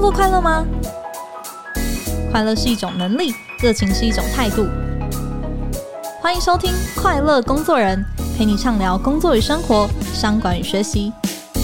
工作快乐吗？快乐是一种能力，热情是一种态度。欢迎收听《快乐工作人》，陪你畅聊工作与生活、商管与学习。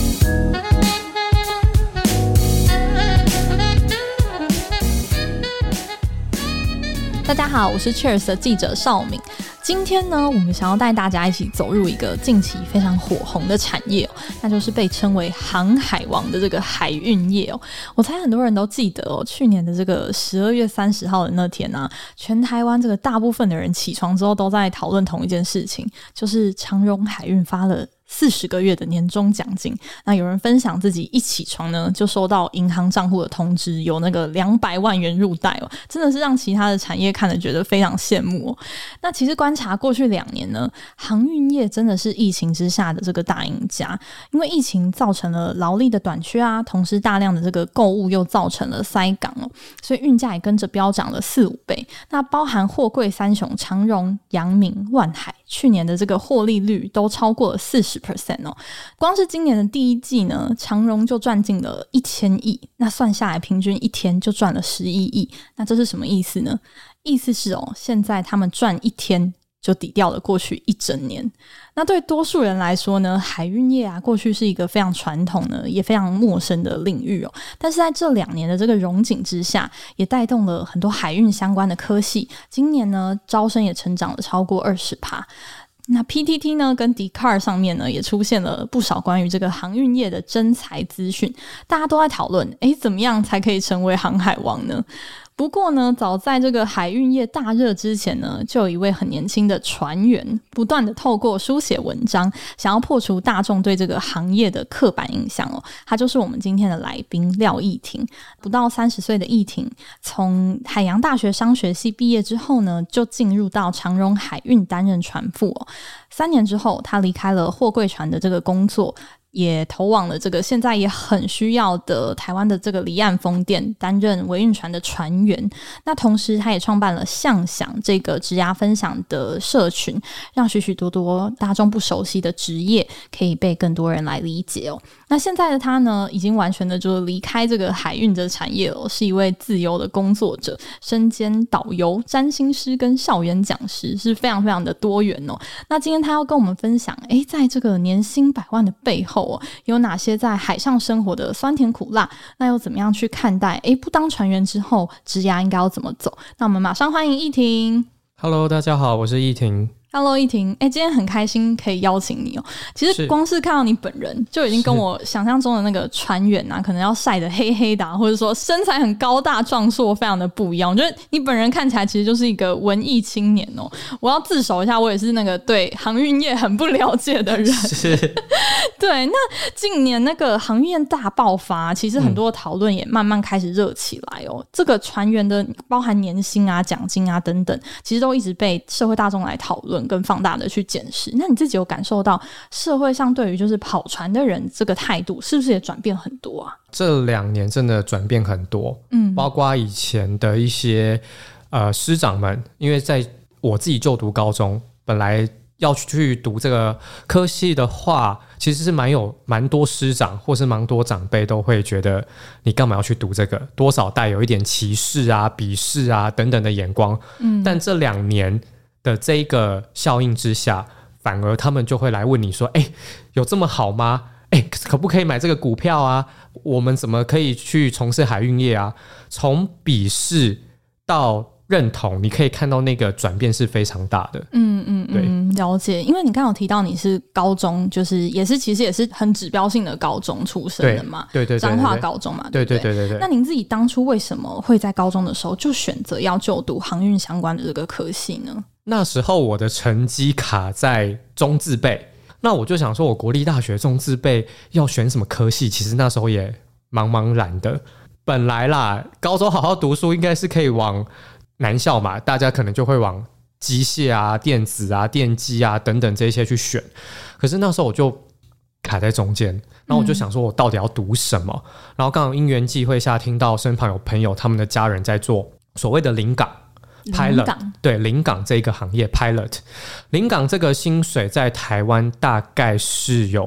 大家好，我是 Cheers 的记者邵敏。今天呢，我们想要带大家一起走入一个近期非常火红的产业那就是被称为航海王的这个海运业我猜很多人都记得去年的这个12月30号的那天全台湾这个大部分的人起床之后都在讨论同一件事情，就是长荣海运发了40个月的年终奖金。那有人分享自己一起床呢就收到银行账户的通知，有那个200万元入袋真的是让其他的产业看了觉得非常羡慕那其实观察过去2年呢，航运业真的是疫情之下的这个大赢家。因为疫情造成了劳力的短缺同时大量的这个购物又造成了塞港所以运价也跟着飙涨了4-5倍。那包含货柜三雄长荣、阳明、万海，去年的这个获利率都超过了40%光是今年的第一季呢，长荣就赚进了1000亿，那算下来平均一天就赚了11亿。那这是什么意思呢？意思是现在他们赚一天就抵掉了过去一整年。那对多数人来说呢，海运业过去是一个非常传统的也非常陌生的领域但是在这2年的这个荣景之下，也带动了很多海运相关的科系，今年呢招生也成长了超过20%。那 PTT 呢跟 Dcard 上面呢也出现了不少关于这个航运业的真才资讯，大家都在讨论怎么样才可以成为航海王呢？不过呢，早在这个海运业大热之前呢，就有一位很年轻的船员不断的透过书写文章，想要破除大众对这个行业的刻板印象他就是我们今天的来宾廖羿廷。不到30岁的羿廷，从海洋大学商学系毕业之后呢，就进入到长荣海运担任船副3年之后，他离开了货柜船的这个工作，也投往了这个现在也很需要的台湾的这个离岸风电，担任维运船的船员。那同时他也创办了向想这个职涯分享的社群，让许许多多大众不熟悉的职业可以被更多人来理解那现在的他呢，已经完全的就离开这个海运的产业是一位自由的工作者，身兼导游、占星师跟校园讲师，是非常非常的多元那今天他要跟我们分享在这个年薪100万的背后有哪些在海上生活的酸甜苦辣，那又怎么样去看待不当船员之后职涯应该要怎么走。那我们马上欢迎羿廷。 Hello， 大家好，我是羿廷。 Hello， 羿廷，今天很开心可以邀请你其实光是看到你本人就已经跟我想象中的那个船员可能要晒得黑黑的或者说身材很高大壮硕，非常的不一样。我觉得你本人看起来其实就是一个文艺青年我要自首一下，我也是那个对航运业很不了解的人。 是对，那近年那个航运业大爆发，其实很多讨论也慢慢开始热起来这个船员的包含年薪奖金等等，其实都一直被社会大众来讨论跟放大的去检视。那你自己有感受到社会上对于就是跑船的人这个态度是不是也转变很多这2年真的转变很多包括以前的一些师长们，因为在我自己就读高中，本来要去读这个科系的话，其实是蛮多师长或是蛮多长辈都会觉得你干嘛要去读这个，多少带有一点歧视鄙视等等的眼光但这2年的这个效应之下，反而他们就会来问你说有这么好吗？可不可以买这个股票我们怎么可以去从事海运业从鄙视到认同，你可以看到那个转变是非常大的。对， 了解。因为你刚刚有提到你是高中，就是其实也是很指标性的高中出身的嘛， 对， 彰化高中嘛， 对。 那您自己当初为什么会在高中的时候就选择要就读航运相关的这个科系呢？ 那时候我的成绩卡在中字辈，那我就想说我国立大学中字辈要选什么科系，其实那时候也茫茫然的。本来啦，高中好好读书应该是可以往南校嘛，大家可能就会往机械电子电机等等这些去选，可是那时候我就卡在中间，然后我就想说我到底要读什么然后刚好因缘际会下听到身旁有朋友他们的家人在做所谓的临港 Pilot， 对，临港这个行业 Pilot， 临港这个薪水在台湾大概是有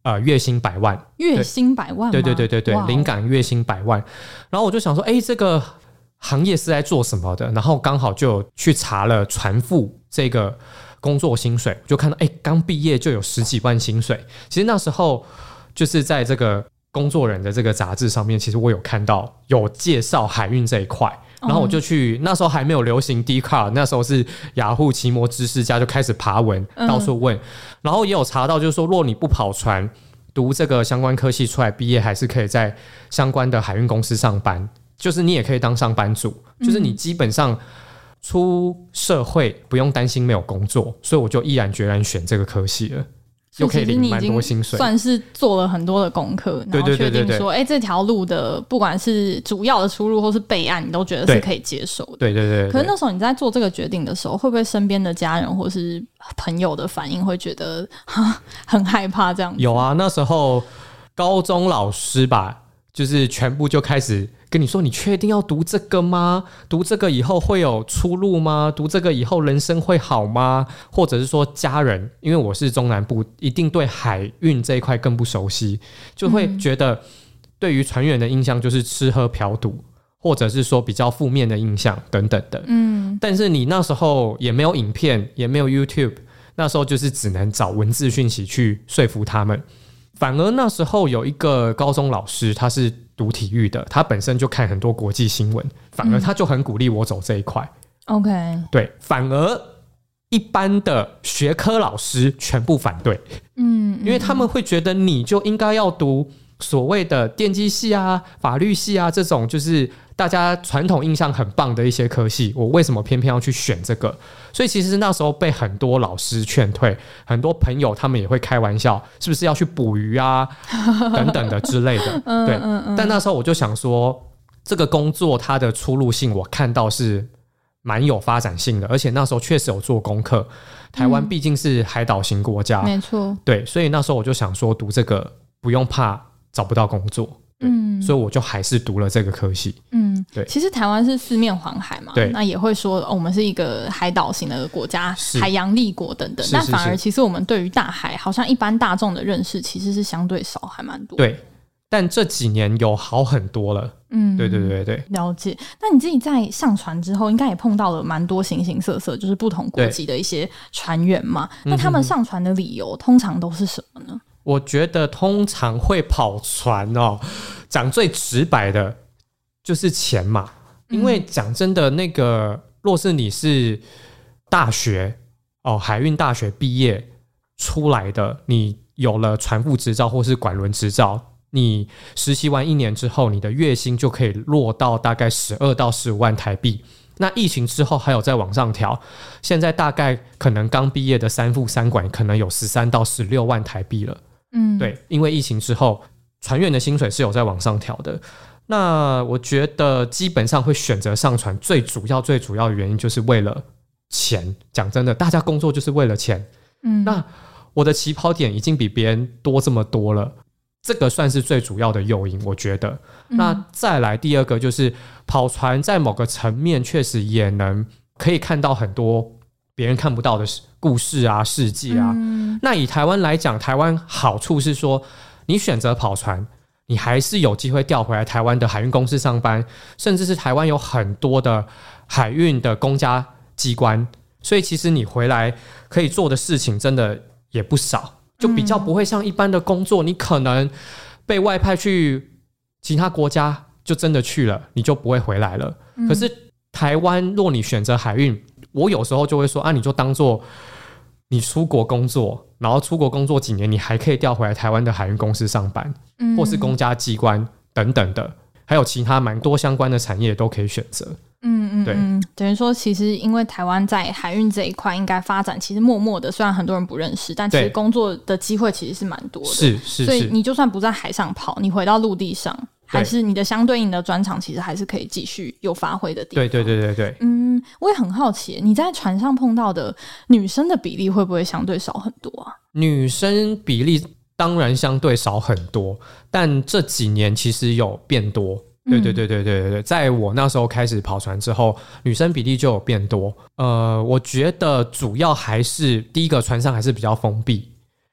月薪100万， 月薪100万吗？ 对，临港月薪100万。然后我就想说，这个行业是在做什么的？然后刚好就去查了船副这个工作薪水，就看到刚毕业就有10几万薪水。其实那时候就是在这个工作人的这个杂志上面，其实我有看到有介绍海运这一块。然后我就去，那时候还没有流行 Dcard， 那时候是雅虎奇摩知识家就开始爬文，到处问，然后也有查到，就是说，若你不跑船，读这个相关科系出来毕业，还是可以在相关的海运公司上班，就是你也可以当上班族，就是你基本上出社会不用担心没有工作，所以我就毅然决然选这个科系了。又可以领蛮多薪水， 算是做了很多的功课，然后确定说，这条路的不管是主要的出入或是备案，你都觉得是可以接受的。 对。 可是那时候你在做这个决定的时候，会不会身边的家人或是朋友的反应会觉得很害怕这样子？ 有啊，那时候高中老师吧，就是全部就开始跟你说，你确定要读这个吗？读这个以后会有出路吗？读这个以后人生会好吗？或者是说家人，因为我是中南部，一定对海运这一块更不熟悉，就会觉得对于船员的印象就是吃喝嫖赌，或者是说比较负面的印象等等的。但是你那时候也没有影片，也没有 YouTube， 那时候就是只能找文字讯息去说服他们。反而那时候有一个高中老师，他是读体育的，他本身就看很多国际新闻，反而他就很鼓励我走这一块。 OK， 对，反而一般的学科老师全部反对，因为他们会觉得你就应该要读所谓的电机系啊、法律系啊这种，就是大家传统印象很棒的一些科系，我为什么偏偏要去选这个？所以其实那时候被很多老师劝退，很多朋友他们也会开玩笑，是不是要去捕鱼啊等等的之类的。对，但那时候我就想说，这个工作它的出路性我看到是蛮有发展性的，而且那时候确实有做功课。台湾毕竟是海岛型国家， 没错， 对，所以那时候我就想说，读这个不用怕找不到工作。所以我就还是读了这个科系。对， 其实台湾是四面环海嘛， 对， 那也会说，我们是一个海岛型的国家，海洋立国等等。 是但反而其实我们对于大海，好像一般大众的认识其实是相对少，还蛮多。 对，但这几年有好很多了。对， 了解。那你自己在上船之后，应该也碰到了蛮多形形色色，就是不同国籍的一些船员嘛。那他们上船的理由通常都是什么呢？ 我觉得通常会跑船讲最直白的就是钱嘛。因为讲真的，那个若是你是大学海运大学毕业出来的，你有了船副执照或是管轮执照，你实习完1年之后，你的月薪就可以落到大概12到15万台币。那疫情之后还有再往上调，现在大概可能刚毕业的3副3管可能有13到16万台币了。对，因为疫情之后船员的薪水是有在往上调的。那我觉得基本上会选择上船最主要的原因就是为了钱。讲真的，大家工作就是为了钱。那我的起跑点已经比别人多这么多了，这个算是最主要的诱因，我觉得。那再来第二个就是跑船在某个层面确实也能可以看到很多别人看不到的故事啊、事迹啊。那以台湾来讲，台湾好处是说，你选择跑船，你还是有机会调回来台湾的海运公司上班，甚至是台湾有很多的海运的公家机关，所以其实你回来可以做的事情真的也不少，就比较不会像一般的工作，你可能被外派去其他国家就真的去了，你就不会回来了。可是台湾若你选择海运，我有时候就会说你就当做你出国工作，然后出国工作几年，你还可以调回来台湾的海运公司上班，或是公家机关等等的，还有其他蛮多相关的产业都可以选择。对， 等于说其实因为台湾在海运这一块应该发展其实默默的，虽然很多人不认识，但其实工作的机会其实是蛮多的。 是， 所以你就算不在海上跑，你回到陆地上，还是你的相对应的专长其实还是可以继续有发挥的地方。 对。 我也很好奇，你在船上碰到的女生的比例会不会相对少很多啊？ 女生比例当然相对少很多，但这几年其实有变多。对，在我那时候开始跑船之后，女生比例就有变多。我觉得主要还是第一个，船上还是比较封闭，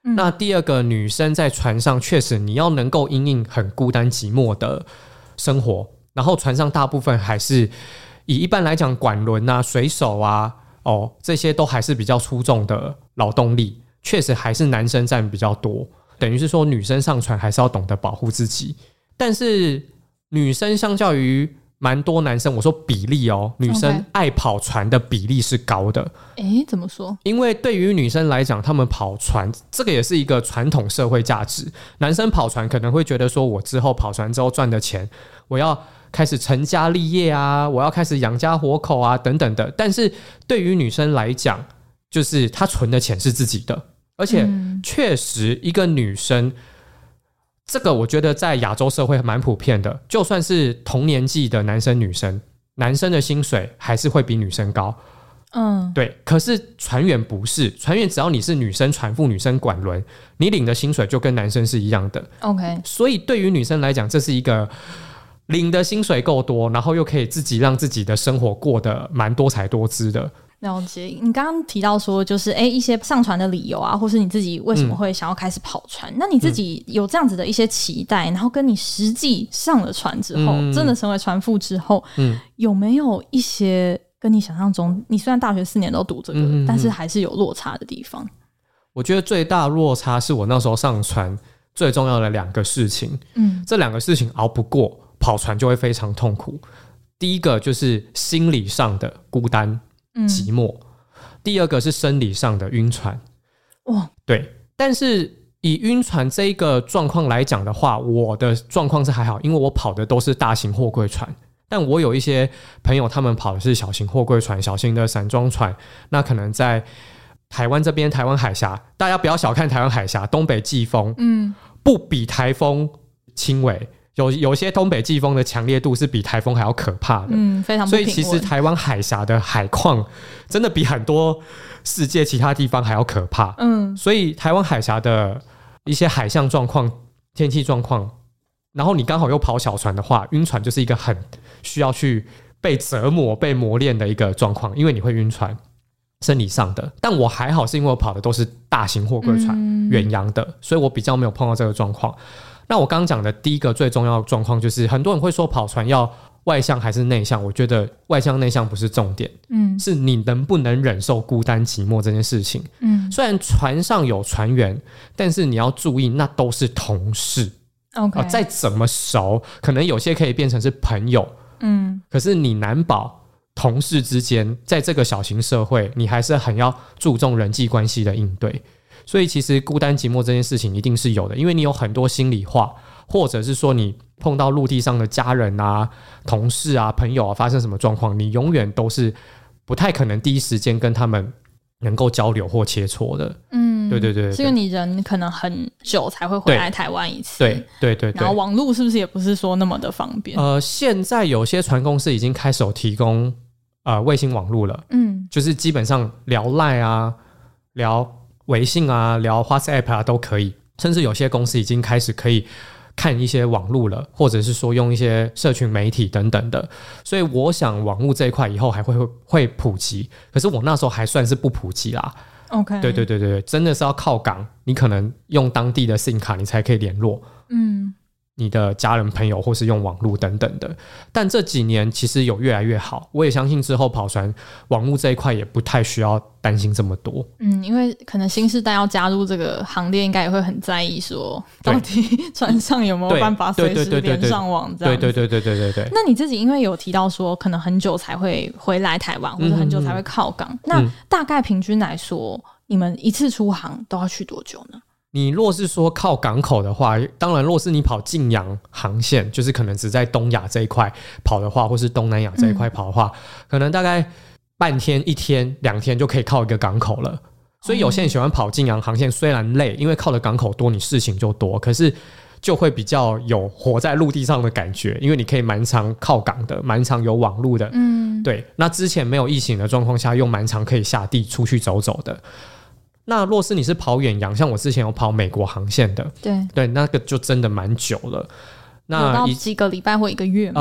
那第二个，女生在船上确实你要能够因应很孤单寂寞的生活，然后船上大部分还是以一般来讲管轮啊、水手啊这些都还是比较出众的劳动力，确实还是男生占比较多，等于是说女生上船还是要懂得保护自己。但是女生相较于蛮多男生，我说比例女生爱跑船的比例是高的。 怎么说？因为对于女生来讲，她们跑船这个也是一个传统社会价值。男生跑船可能会觉得说，我之后跑船之后赚的钱，我要开始成家立业啊，我要开始养家活口啊等等的。但是对于女生来讲，就是她存的钱是自己的，而且确实一个女生。这个我觉得在亚洲社会蛮普遍的，就算是同年纪的男生女生，男生的薪水还是会比女生高。对。可是船员不是，船员只要你是女生船副、女生管轮，你领的薪水就跟男生是一样的。 OK。 所以对于女生来讲，这是一个领的薪水够多，然后又可以自己让自己的生活过得蛮多彩多姿的。 了解。你刚刚提到说就是一些上船的理由啊，或是你自己为什么会想要开始跑船，那你自己有这样子的一些期待，然后跟你实际上了船之后，真的成为船夫之后，有没有一些跟你想象中，你虽然大学4年都读这个，但是还是有落差的地方？ 我觉得最大落差是我那时候上船最重要的2个事情，这2个事情熬不过，跑船就会非常痛苦。第一个就是心理上的孤单寂寞，第二个是生理上的晕船。对。但是以晕船这一个状况来讲的话，我的状况是还好，因为我跑的都是大型货柜船，但我有一些朋友他们跑的是小型货柜船、小型的散装船，那可能在台湾这边，台湾海峡，大家不要小看台湾海峡，东北季风不比台风轻微，有些东北季风的强烈度是比台风还要可怕的， 非常不平稳。所以其实台湾海峡的海况真的比很多世界其他地方还要可怕。所以台湾海峡的一些海象状况、天气状况，然后你刚好又跑小船的话，晕船就是一个很需要去被折磨、被磨练的一个状况，因为你会晕船，生理上的。但我还好，是因为我跑的都是大型货柜船、远洋的，所以我比较没有碰到这个状况。那我刚刚讲的第一个最重要的状况就是，很多人会说跑船要外向还是内向，我觉得外向内向不是重点，是你能不能忍受孤单寂寞这件事情。虽然船上有船员，但是你要注意，那都是同事。 OK， 再怎么熟，可能有些可以变成是朋友，可是你难保同事之间在这个小型社会，你还是很要注重人际关系的应对。所以其实孤单寂寞这件事情一定是有的，因为你有很多心里话，或者是说你碰到陆地上的家人啊、同事啊、朋友啊发生什么状况，你永远都是不太可能第一时间跟他们能够交流或切磋的。对对对， 是因为你人可能很久才会回来台湾一次。 对对对。 然后网络是不是也不是说那么的方便？ 现在有些船公司已经开始有提供卫星网络了。就是基本上聊 LINE 啊、聊微信啊、聊 WhatsApp 啊都可以，甚至有些公司已经开始可以看一些网络了，或者是说用一些社群媒体等等的。所以我想网络这一块以后还会普及，可是我那时候还算是不普及啦。 OK， 对对对对，真的是要靠港，你可能用当地的 SIM 卡你才可以联络你的家人朋友，或是用网络等等的。但这几年其实有越来越好，我也相信之后跑船网络这一块也不太需要担心这么多。 因为可能新世代要加入这个行列，应该也会很在意说到底船上有没有办法随时连上网这样子。对对对对对对对。那你自己因为有提到说可能很久才会回来台湾，或者很久才会靠港，那大概平均来说你们一次出航都要去多久呢？ 你若是说靠港口的话，当然若是你跑近洋航线，就是可能只在东亚这一块跑的话，或是东南亚这一块跑的话，可能大概半天、1天、2天就可以靠一个港口了。所以有些人喜欢跑近洋航线，虽然累，因为靠的港口多，你事情就多，可是就会比较有活在陆地上的感觉，因为你可以蛮常靠港的，蛮常有网路的。对。那之前没有疫情的状况下，又蛮常可以下地出去走走的。那若是你是跑远洋，像我之前有跑美国航线的，对，那个就真的蛮久了。那有到几个礼拜或1个月吗？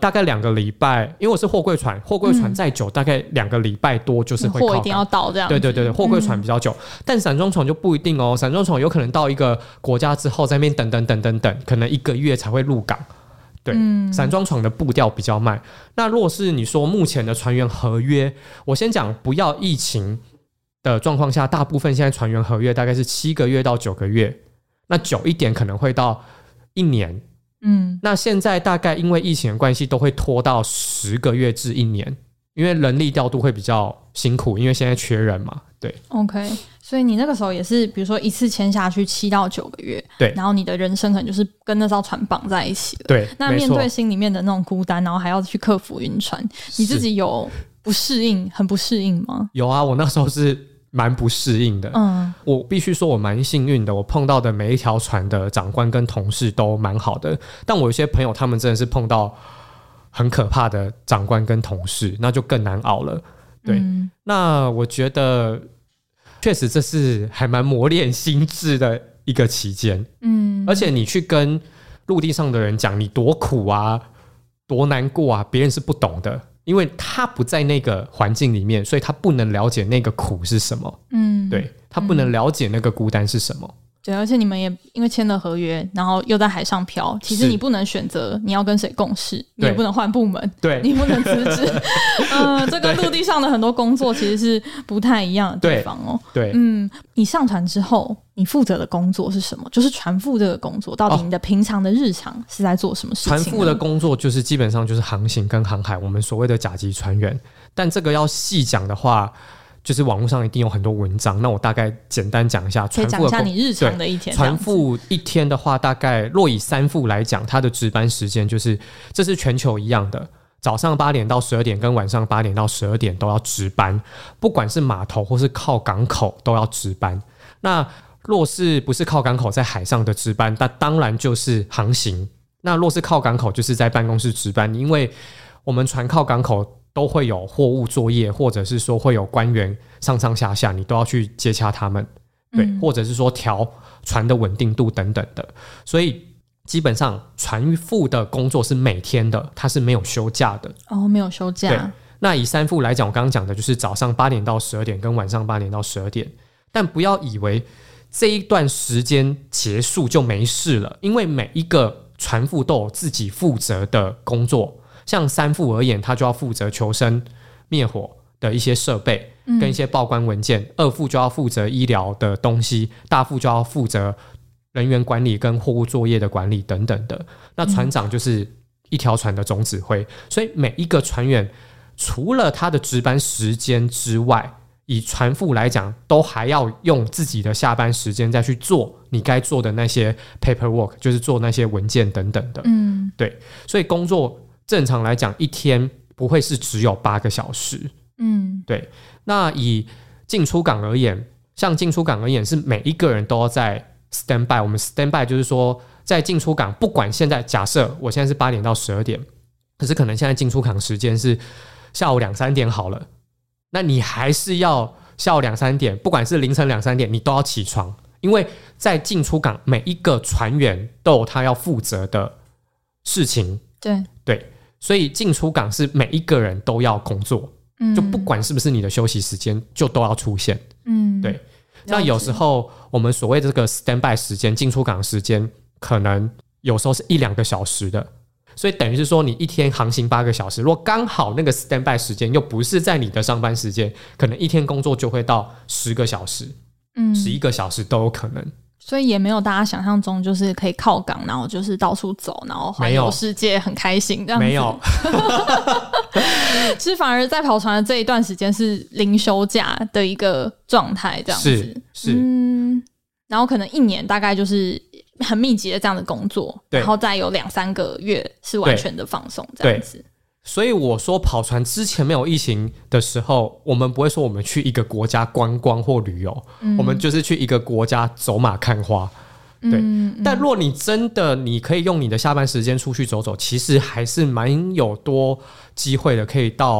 大概2个礼拜，因为我是货柜船，货柜船再久，大概2个礼拜多就是会靠港， 货一定要到这样子。 对，货柜船比较久，但散装船就不一定哦。散装船有可能到一个国家之后，在那边等，可能1个月才会入港。对，散装船的步调比较慢。那若是你说目前的船员合约，我先讲不要疫情的状况下，大部分现在船员合约大概是7个月到9个月，那久一点可能会到1年。那现在大概因为疫情的关系，都会拖到10个月至1年，因为人力调度会比较辛苦，因为现在缺人嘛。对 ，OK， 所以你那个时候也是，比如说一次签下去7到9个月， 对， 然后你的人生可能就是跟那艘船绑在一起了。 对， 那面对心里面的那种孤单，然后还要去克服晕船，你自己有很不适应吗？ 有啊，我那时候是蛮不适应的。我必须说我蛮幸运的，我碰到的每一条船的长官跟同事都蛮好的，但我有些朋友他们真的是碰到很可怕的长官跟同事，那就更难熬了。对，那我觉得确实这是还蛮磨练心智的一个期间。而且你去跟陆地上的人讲你多苦啊多难过啊，别人是不懂的，因为他不在那个环境里面，所以他不能了解那个苦是什么。对，他不能了解那个孤单是什么。 对，而且你们也因为签了合约，然后又在海上漂，其实你不能选择你要跟谁共事，你也不能换部门， 对， 你不能辞职。这跟陆地上的很多工作其实是不太一样的地方哦。 对， 你上船之后，你负责的工作是什么？就是船副这个工作，到底你的平常的日常是在做什么事情呢？ 船副的工作就是基本上就是航行跟航海，我们所谓的甲级船员。但这个要细讲的话，就是网络上一定有很多文章，那我大概简单讲一下。 可以讲一下你日常的一天。 船副一天的话，大概若以3副来讲，它的值班时间就是这是全球一样的，早上8点到12点跟晚上8点到12点都要值班，不管是码头或是靠港口都要值班。那若是不是靠港口在海上的值班，那当然就是航行。那若是靠港口，就是在办公室值班，因为我们船靠港口都会有货物作业，或者是说会有官员上上下下，你都要去接洽他们。对，或者是说调船的稳定度等等的。所以基本上船副的工作是每天的，它是没有休假的。 没有休假。 对，那以3副来讲，我刚刚讲的就是早上8点到12点跟晚上8点到12点，但不要以为这一段时间结束就没事了，因为每一个船副都有自己负责的工作。像3副而言，他就要负责求生灭火的一些设备跟一些报关文件，2副就要负责医疗的东西，大副就要负责人员管理跟货物作业的管理等等的。那船长就是一条船的总指挥，所以每一个船员除了他的值班时间之外，以船副来讲，都还要用自己的下班时间再去做你该做的那些 paperwork， 就是做那些文件等等的。对，所以工作正常来讲一天不会是只有8个小时。对。那以进出港而言，像进出港而言是每一个人都要在 stand by。 我们 stand by 就是说在进出港，不管现在假设我现在是8点到12点，可是可能现在进出港时间是下午2、3点好了，那你还是要下午2、3点，不管是凌晨2、3点，你都要起床，因为在进出港每一个船员都有他要负责的事情。对，所以进出港是每一个人都要工作，就不管是不是你的休息时间，就都要出现。对。那有时候我们所谓的这个 standby 时间，进出港时间，可能有时候是1、2个小时的，所以等于是说你一天航行8个小时，如果刚好那个 standby 时间又不是在你的上班时间，可能一天工作就会到10个小时，11个小时都有可能。 所以也没有大家想象中就是可以靠港，然后就是到处走，然后环游世界很开心这样子。 没有。 其实反而在跑船的这一段时间是零休假的一个状态这样子。 是。 然后可能1年大概就是很密集的这样的工作，然后再有2、3个月是完全的放松这样子。 所以我说跑船之前没有疫情的时候，我们不会说我们去一个国家观光或旅游，我们就是去一个国家走马看花。对。但若你真的你可以用你的下班时间出去走走，其实还是蛮有多机会的，可以到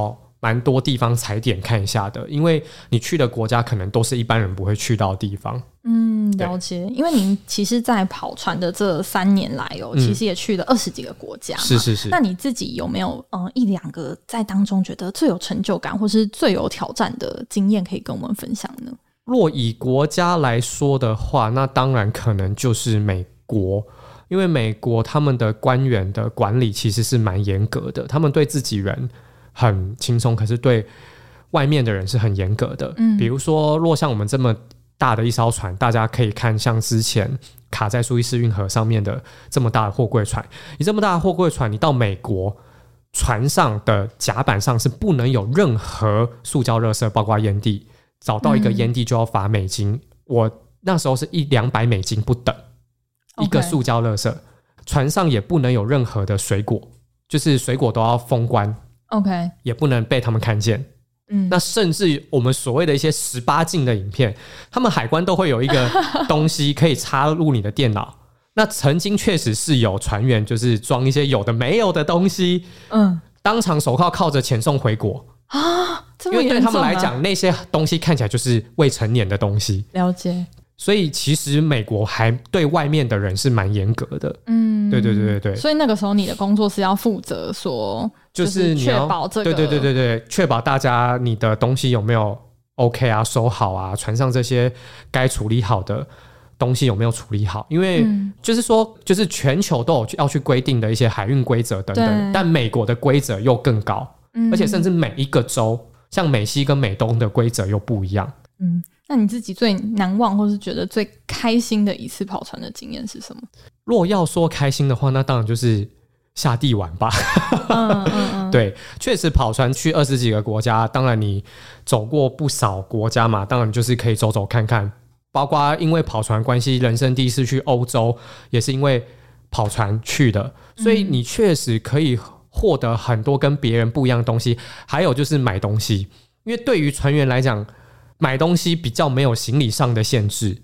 蛮多地方踩点看一下的，因为你去的国家可能都是一般人不会去到的地方。 了解。因为您其实在跑船的这3年来其实也去了20几个国家嘛。 是。 那你自己有没有一两个在当中觉得最有成就感或是最有挑战的经验可以跟我们分享呢？ 若以国家来说的话，那当然可能就是美国，因为美国他们的官员的管理其实是蛮严格的，他们对自己人很轻松，可是对外面的人是很严格的。比如说若像我们这么大的一艘船，大家可以看像之前卡在苏伊士运河上面的这么大的货柜船，你这么大的货柜船，你到美国船上的甲板上是不能有任何塑胶垃圾，包括烟蒂，找到一个烟蒂就要罚美金，我那时候是100-200美金不等一个塑胶垃圾。船上也不能有任何的水果，就是水果都要封关，也不能被他们看见。那甚至我们所谓的一些18禁的影片，他们海关都会有一个东西可以插入你的电脑。那曾经确实是有船员就是装一些有的没有的东西，当场手铐铐着遣送回国啊，这么严重啊？ 因为对他们来讲，那些东西看起来就是未成年的东西。 了解。 所以其实美国还对外面的人是蛮严格的。对。 所以那个时候你的工作是要负责说， 就是确保这个， 对，确保大家你的东西有没有 OK 啊，收好啊，船上这些该处理好的东西有没有处理好？因为就是说，就是全球都有要去规定的一些海运规则等等，但美国的规则又更高，而且甚至每一个州，像美西跟美东的规则又不一样。 那你自己最难忘或是觉得最开心的一次跑船的经验是什么？ 若要说开心的话，那当然就是下地玩吧。对，确实跑船去20几个国家，当然你走过不少国家嘛，当然就是可以走走看看。包括因为跑船关系，人生第一次去欧洲，也是因为跑船去的，所以你确实可以获得很多跟别人不一样的东西。还有就是买东西，因为对于船员来讲，买东西比较没有行李上的限制。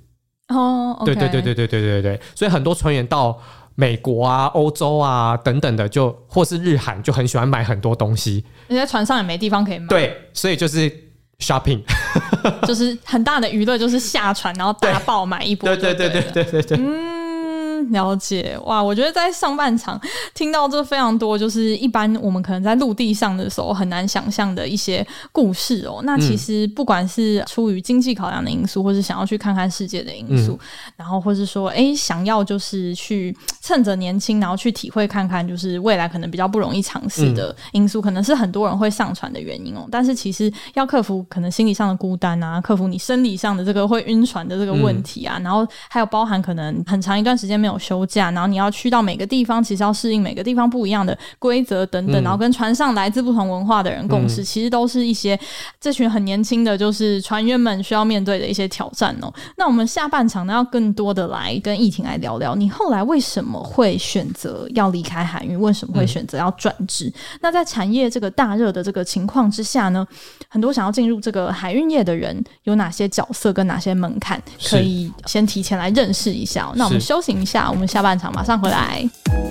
对，所以很多船员到美国啊、欧洲啊等等的，就或是日韩，就很喜欢买很多东西。 而且在船上也没地方可以买。 对，所以就是shopping， 就是很大的娱乐，就是下船然后大爆买一波。对。了解。哇，我觉得在上半场听到这非常多，就是一般我们可能在陆地上的时候很难想象的一些故事哦。那其实不管是出于经济考量的因素，或是想要去看看世界的因素，然后或是说想要就是去趁着年轻然后去体会看看就是未来可能比较不容易尝试的因素，可能是很多人会上船的原因哦。但是其实要克服可能心理上的孤单啊，克服你生理上的这个会晕船的这个问题啊，然后还有包含可能很长一段时间没有休假，然后你要去到每个地方，其实要适应每个地方不一样的规则等等，然后跟船上来自不同文化的人共事，其实都是一些这群很年轻的就是船员们需要面对的一些挑战哦。那我们下半场呢，要更多的来跟易婷来聊聊，你后来为什么会选择要离开海运，为什么会选择要转职？那在产业这个大热的这个情况之下呢，很多想要进入这个海运业的人有哪些角色跟哪些门槛，可以先提前来认识一下哦。那我们休息一下，我们下半场马上回来。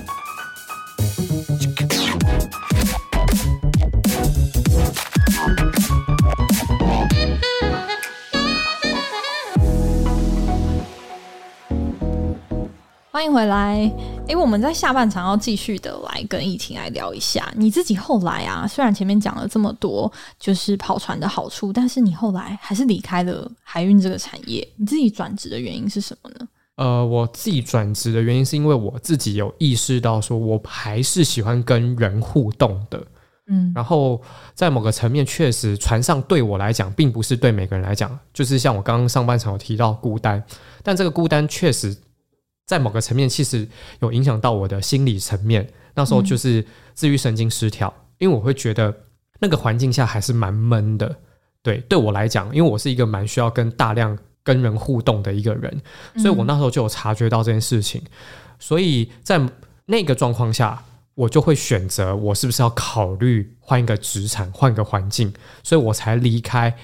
欢迎回来。我们在下半场要继续的来跟易婷来聊一下你自己后来啊，虽然前面讲了这么多就是跑船的好处，但是你后来还是离开了海运这个产业，你自己转职的原因是什么呢？ 我自己转职的原因是因为我自己有意识到说我还是喜欢跟人互动的。然后在某个层面确实船上对我来讲并不是对每个人来讲，就是像我刚刚上半场有提到孤单，但这个孤单确实在某个层面其实有影响到我的心理层面。那时候就是自律神经失调，因为我会觉得那个环境下还是蛮闷的。对我来讲，因为我是一个蛮需要大量跟人互动的一个人，所以我那时候就有察觉到这件事情。所以在那个状况下，我就会选择我是不是要考虑换一个职场，换个环境，所以我才离开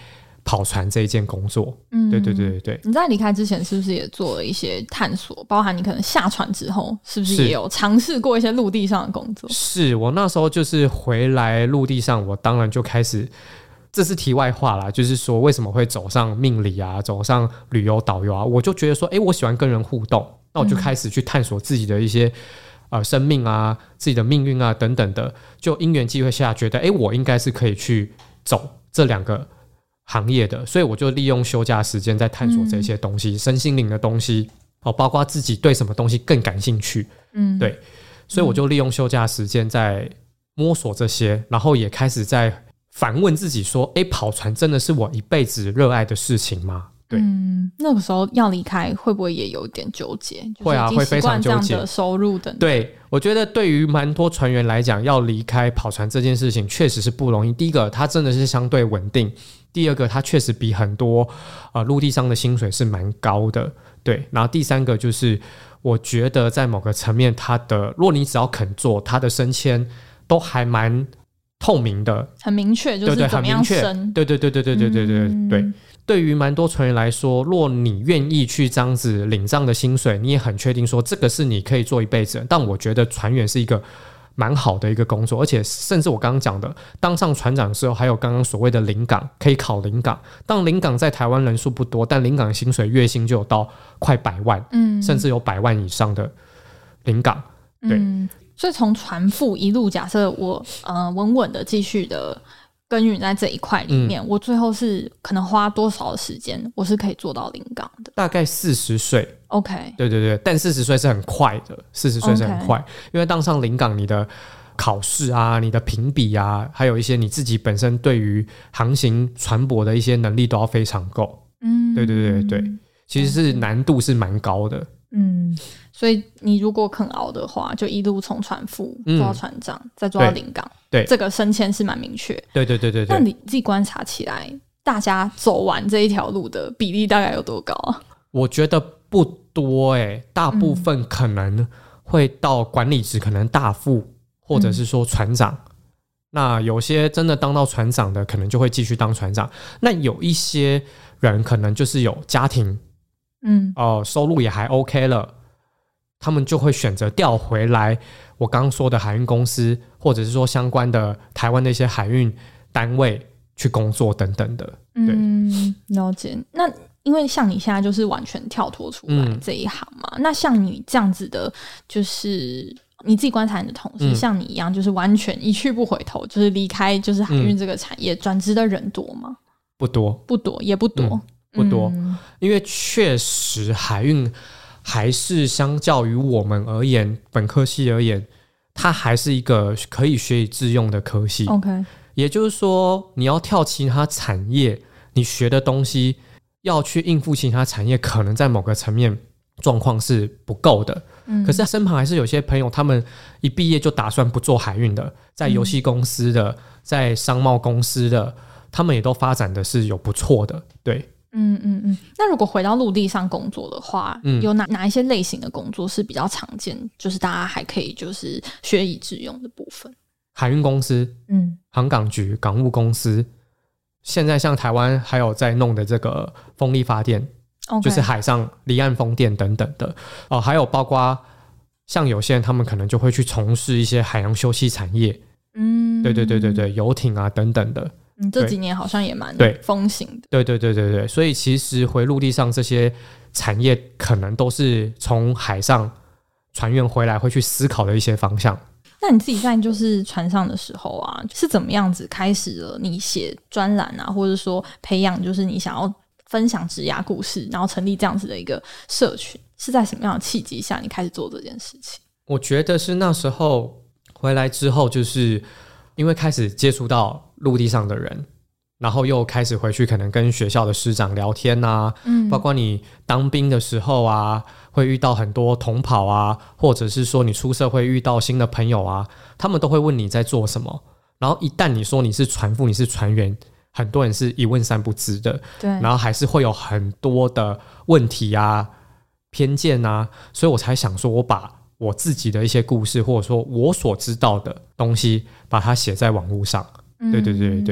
跑船这一件工作。对对对对对。 你在离开之前是不是也做了一些探索，包含你可能下船之后是不是也有尝试过一些陆地上的工作？ 是，我那时候就是回来陆地上，我当然就开始，这是题外话啦，就是说为什么会走上命理啊，走上旅游导游啊，我就觉得说我喜欢跟人互动，那我就开始去探索自己的一些生命啊，自己的命运啊等等的，就因缘际会下觉得我应该是可以去走这2个行业的，所以我就利用休假时间在探索这些东西，身心灵的东西包括自己对什么东西更感兴趣，对，所以我就利用休假时间在摸索这些，然后也开始在反问自己说跑船真的是我一辈子热爱的事情吗？对， 那个时候要离开会不会也有点纠结？ 会啊，会非常纠结。 这样的收入等等， 对，我觉得对于蛮多船员来讲，要离开跑船这件事情确实是不容易。第一个，它真的是相对稳定；第二个，它确实比很多陆地上的薪水是蛮高的。对，然后第三个就是，我觉得在某个层面，如果你只要肯做，它的升迁都还蛮透明的， 很明确，就是怎么样升。 对对对对对对对对对。对于蛮多船员来说，若你愿意去这样子领这样的薪水，你也很确定说这个是你可以做一辈子的。但我觉得船员是一个蛮好的一个工作，而且甚至我刚刚讲的，当上船长之后，还有刚刚所谓的临港，可以考临港。当临港在台湾人数不多，但临港薪水月薪就有到快100万，甚至有100万以上的临港。对， 所以从船副一路，假设我稳稳的继续的耕耘在这一块里面，我最后是可能花多少的时间，我是可以做到临港的？ 大概40岁。 OK， 对对对，但40岁是很快的，40岁是很快，因为当上临港，你的考试啊、你的评比啊，还有一些你自己本身对于航行船舶的一些能力都要非常够。对对对对，其实是难度是蛮高的。 所以你如果肯熬的话，就一路从船副做到船长，再做到临港，对，这个升迁是蛮明确。对对对对对。那你自己观察起来，大家走完这一条路的比例大概有多高啊？ 我觉得不多大部分可能会到管理职，可能大副或者是说船长。那有些真的当到船长的，可能就会继续当船长。那有一些人可能就是有家庭，收入也还 OK 了，他们就会选择调回来我刚刚说的海运公司，或者是说相关的台湾的一些海运单位去工作等等的。对， 了解。那因为像你现在就是完全跳脱出来这一行嘛，那像你这样子的，就是你自己观察你的同事，像你一样就是完全一去不回头，就是离开就是海运这个产业转职的人多吗？不多，也不多。 不多，因为确实海运还是相较于我们而言，本科系而言，它还是一个可以学以致用的科系。 OK， 也就是说，你要跳其他产业，你学的东西要去应付其他产业，可能在某个层面状况是不够的。可是身旁还是有些朋友，他们一毕业就打算不做海运的，在游戏公司的，在商贸公司的，他们也都发展的是有不错的。对。 那如果回到陆地上工作的话，有哪一些类型的工作是比较常见，就是大家还可以就是学以致用的部分？ 海运公司，航港局、港务公司，现在像台湾还有在弄的这个风力发电，就是海上离岸风电等等的还有包括像有些人他们可能就会去从事一些海洋休憩产业，对对对对对，游艇啊等等的。 这几年好像也蛮风行的。 对对对对对，所以其实回陆地上这些产业可能都是从海上船员回来会去思考的一些方向。 那你自己在就是船上的时候啊，是怎么样子开始了你写专栏啊，或者说培养就是你想要分享职涯故事，然后成立这样子的一个社群，是在什么样的契机下你开始做这件事情？ 我觉得是那时候回来之后，就是因为开始接触到陆地上的人，然后又开始回去可能跟学校的师长聊天啊，包括你当兵的时候啊，会遇到很多同袍啊，或者是说你出社会遇到新的朋友啊，他们都会问你在做什么，然后一旦你说你是船副，你是船员，很多人是一问三不知的，对，然后还是会有很多的问题啊、偏见啊，所以我才想说我把我自己的一些故事，或者说我所知道的东西，把它写在网络上。对对对对对。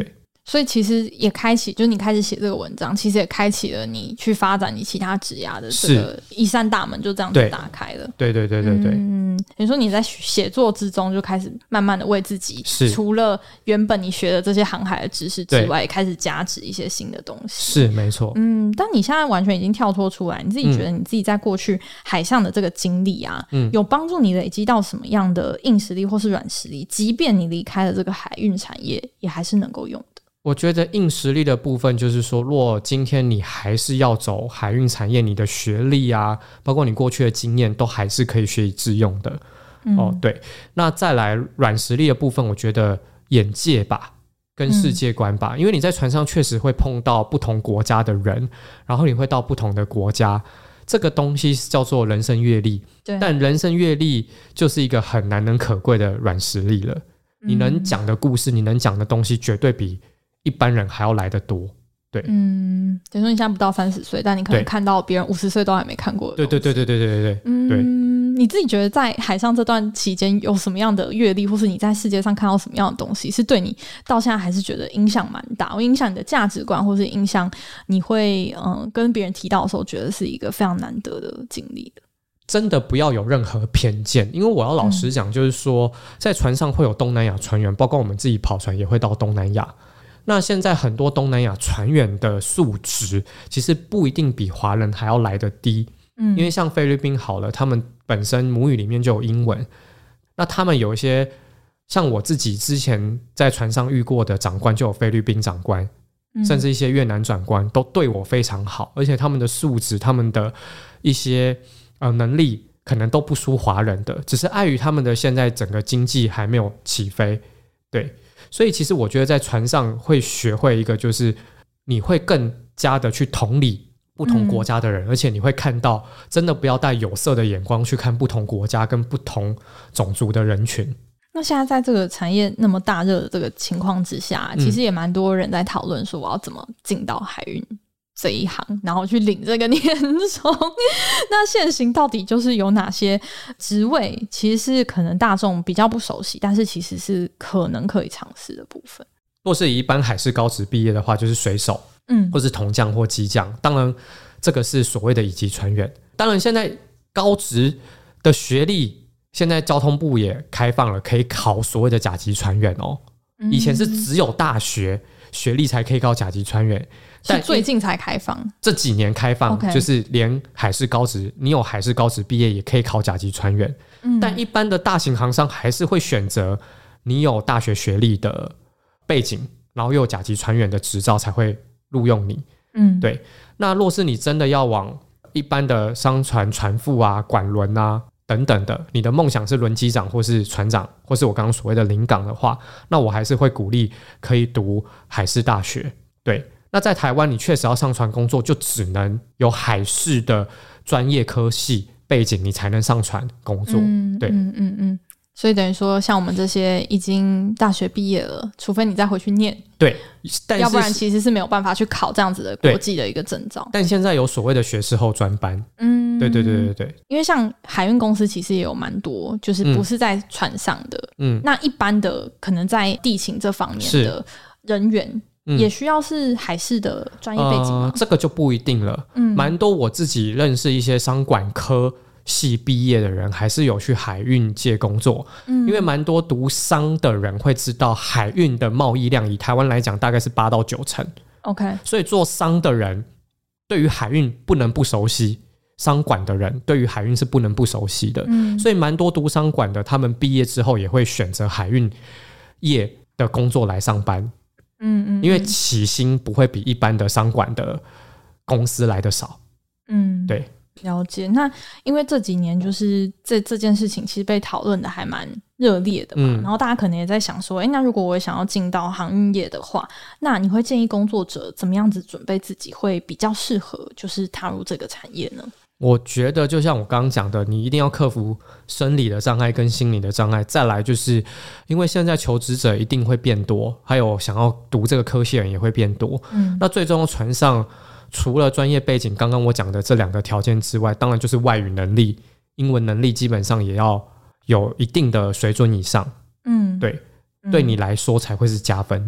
所以其实也开启，就是你开始写这个文章，其实也开启了你去发展你其他职涯的这个一扇大门，就这样子打开了。 对。 你说你在写作之中就开始慢慢的为自己，除了原本你学的这些航海的知识之外，也开始加值一些新的东西。 是没错。 但你现在完全已经跳脱出来，你自己觉得你自己在过去海上的这个经历啊，有帮助你累积到什么样的硬实力或是软实力？即便你离开了这个海运产业，也还是能够用的。 我觉得硬实力的部分就是说，如果今天你还是要走海运产业，你的学历啊，包括你过去的经验，都还是可以学以致用的。对。那再来软实力的部分，我觉得眼界吧，跟世界观吧，因为你在船上确实会碰到不同国家的人，然后你会到不同的国家，这个东西叫做人生阅历。但人生阅历就是一个很难能可贵的软实力了。你能讲的故事，你能讲的东西，绝对比一般人还要来得多。对。等于说你现在不到30岁，但你可能看到别人50岁都还没看过的东西。对。你自己觉得在海上这段期间有什么样的阅历，或是你在世界上看到什么样的东西，是对你到现在还是觉得影响蛮大，影响你的价值观，或是影响你会跟别人提到的时候觉得是一个非常难得的经历的？ 真的不要有任何偏见，因为我要老实讲，就是说在船上会有东南亚船员，包括我们自己跑船也会到东南亚。那现在很多东南亚船员的素质其实不一定比华人还要来得低。因为像菲律宾好了，他们本身母语里面就有英文，那他们有一些像我自己之前在船上遇过的长官就有菲律宾长官，甚至一些越南长官都对我非常好，而且他们的素质，他们的一些能力可能都不输华人的，只是碍于他们的现在整个经济还没有起飞。对。所以其实我觉得在船上会学会一个，就是你会更加的去同理不同国家的人，而且你会看到真的不要带有色的眼光去看不同国家跟不同种族的人群。 那现在在这个产业那么大热的这个情况之下，其实也蛮多人在讨论说我要怎么进到海运这一行，然后去领这个年终。那现行到底就是有哪些职位其实是可能大众比较不熟悉，但是其实是可能可以尝试的部分？ 若是以一般海事高职毕业的话，就是水手，或是铜匠或机匠。当然这个是所谓的乙级船员。当然现在高职的学历，现在交通部也开放了，可以考所谓的甲级船员哦。以前是只有大学学历才可以考甲级船员， 是最近才开放， 这几年开放，就是连海事高职，你有海事高职毕业也可以考甲级船员。但一般的大型航商还是会选择你有大学学历的背景，然后又有甲级船员的执照才会录用你。对。那若是你真的要往一般的商船船副啊、管轮啊等等的，你的梦想是轮机长或是船长，或是我刚刚所谓的领港的话，那我还是会鼓励可以读海事大学。对。那在台湾你确实要上船工作，就只能有海事的专业科系背景，你才能上船工作。对。 所以等于说像我们这些已经大学毕业了，除非你再回去念， 对，但是要不然其实是没有办法去考这样子的国际的一个证照。 但现在有所谓的学士后专班。对。 因为像海运公司其实也有蛮多就是不是在船上的，那一般的可能在地勤这方面的人员也需要是海事的专业背景吗？ 这个就不一定了。蛮多我自己认识一些商管科系毕业的人还是有去海运界工作。因为蛮多读商的人会知道海运的贸易量以台湾来讲大概是8到9成。 OK， 所以做商的人对于海运不能不熟悉，商管的人对于海运是不能不熟悉的。所以蛮多读商管的他们毕业之后也会选择海运业的工作来上班。因为起薪不会比一般的商管的公司来的少。对。 了解。那因为这几年就是这件事情其实被讨论的还蛮热烈的嘛，然后大家可能也在想说那如果我想要进到航运业的话，那你会建议工作者怎么样子准备自己会比较适合就是踏入这个产业呢？ 我觉得就像我刚刚讲的，你一定要克服生理的障碍跟心理的障碍，再来就是因为现在求职者一定会变多，还有想要读这个科系的人也会变多。那最终船上除了专业背景刚刚我讲的这2个条件之外，当然就是外语能力，英文能力基本上也要有一定的水准以上。对，对你来说才会是加分的。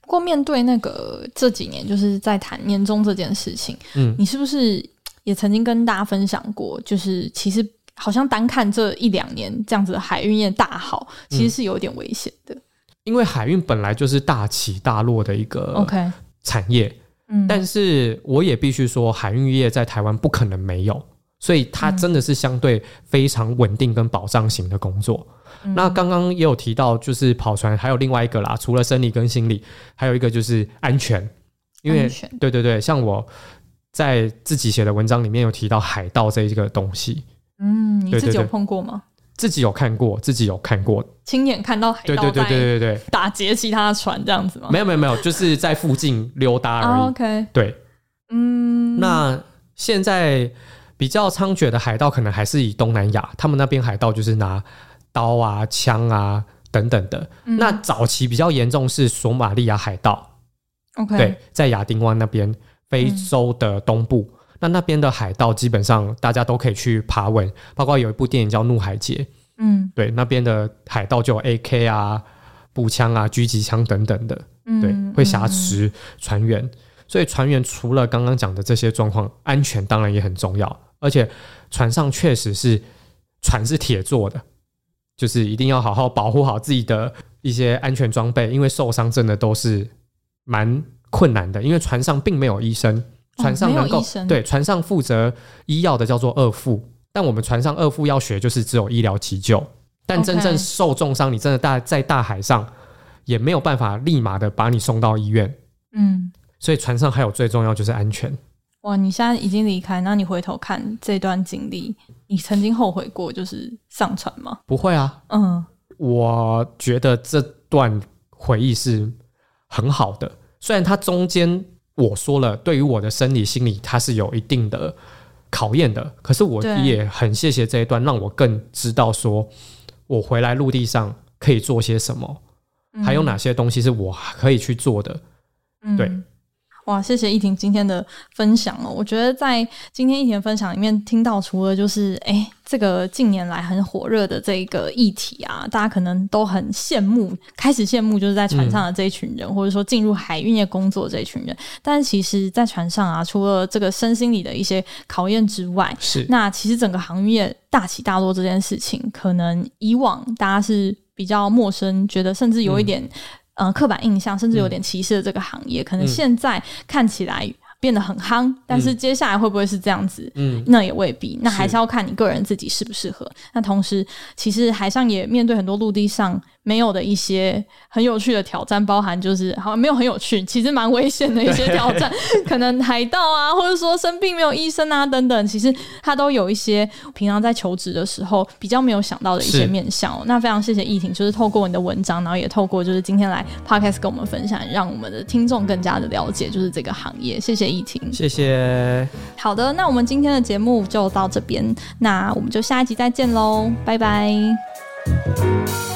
不过面对那个这几年就是在谈年终这件事情，你是不是也曾经跟大家分享过，就是其实好像单看这1-2年这样子的海运业大好，其实是有点危险的。 因为海运本来就是大起大落的一个产业，但是我也必须说，海运业在台湾不可能没有，所以它真的是相对非常稳定跟保障型的工作。那刚刚也有提到，就是跑船还有另外一个啦，除了生理跟心理，还有一个就是安全。因为对对对，像我在自己写的文章里面有提到海盗这一个东西。 你自己有碰过吗？ 自己有看过，亲眼看到海盗在打劫其他船这样子吗？ 没有，就是在附近溜达而已。 OK， 对，那现在比较猖獗的海盗可能还是以东南亚，他们那边海盗就是拿刀啊、枪啊等等的。那早期比较严重是索马利亚海盗。 OK， 对，在亚丁湾那边，非洲的东部。那边的海盗基本上大家都可以去爬文，包括有一部电影叫《怒海劫》，对，那边的海盗就有 AK 啊、步枪啊、狙击枪等等的，对，会挟持船员，所以船员除了刚刚讲的这些状况，安全当然也很重要，而且船上确实是船是铁做的，就是一定要好好保护好自己的一些安全装备，因为受伤真的都是蛮困难的，因为船上并没有医生。船上能够对船上负责医药的叫做二副，但我们船上二副要学就是只有医疗急救，但真正受重伤，你真的在大海上也没有办法立马的把你送到医院。所以船上还有最重要就是安全。 哇，你现在已经离开，那你回头看这段经历，你曾经后悔过就是上船吗？ 不会啊，我觉得这段回忆是很好的，虽然它中间我说了，对于我的生理心理它是有一定的考验的，可是我也很谢谢这一段，让我更知道说我回来陆地上可以做些什么，还有哪些东西是我可以去做的。对， 哇，谢谢依婷今天的分享哦。我觉得在今天依婷的分享里面听到，除了就是这个近年来很火热的这个议题啊，大家可能都很羡慕，开始羡慕就是在船上的这一群人，或者说进入海运业工作这一群人。但是其实在船上啊，除了这个身心理的一些考验之外，那其实整个航运业大起大落这件事情，可能以往大家是比较陌生，觉得甚至有一点刻板印象，甚至有点歧视的这个行业，可能现在看起来变得很夯，但是接下来会不会是这样子？那也未必，那还是要看你个人自己适不适合。那同时，其实海上也面对很多陆地上没有的一些很有趣的挑战，包含就是好像没有很有趣，其实蛮危险的一些挑战，可能海盗啊，或者说生病没有医生啊等等，其实它都有一些平常在求职的时候比较没有想到的一些面向。那非常谢谢依婷，就是透过你的文章，然后也透过就是今天来 Podcast 跟我们分享，让我们的听众更加的了解就是这个行业。谢谢依婷， 谢谢。 好的，那我们今天的节目就到这边，那我们就下一集再见喽，拜拜。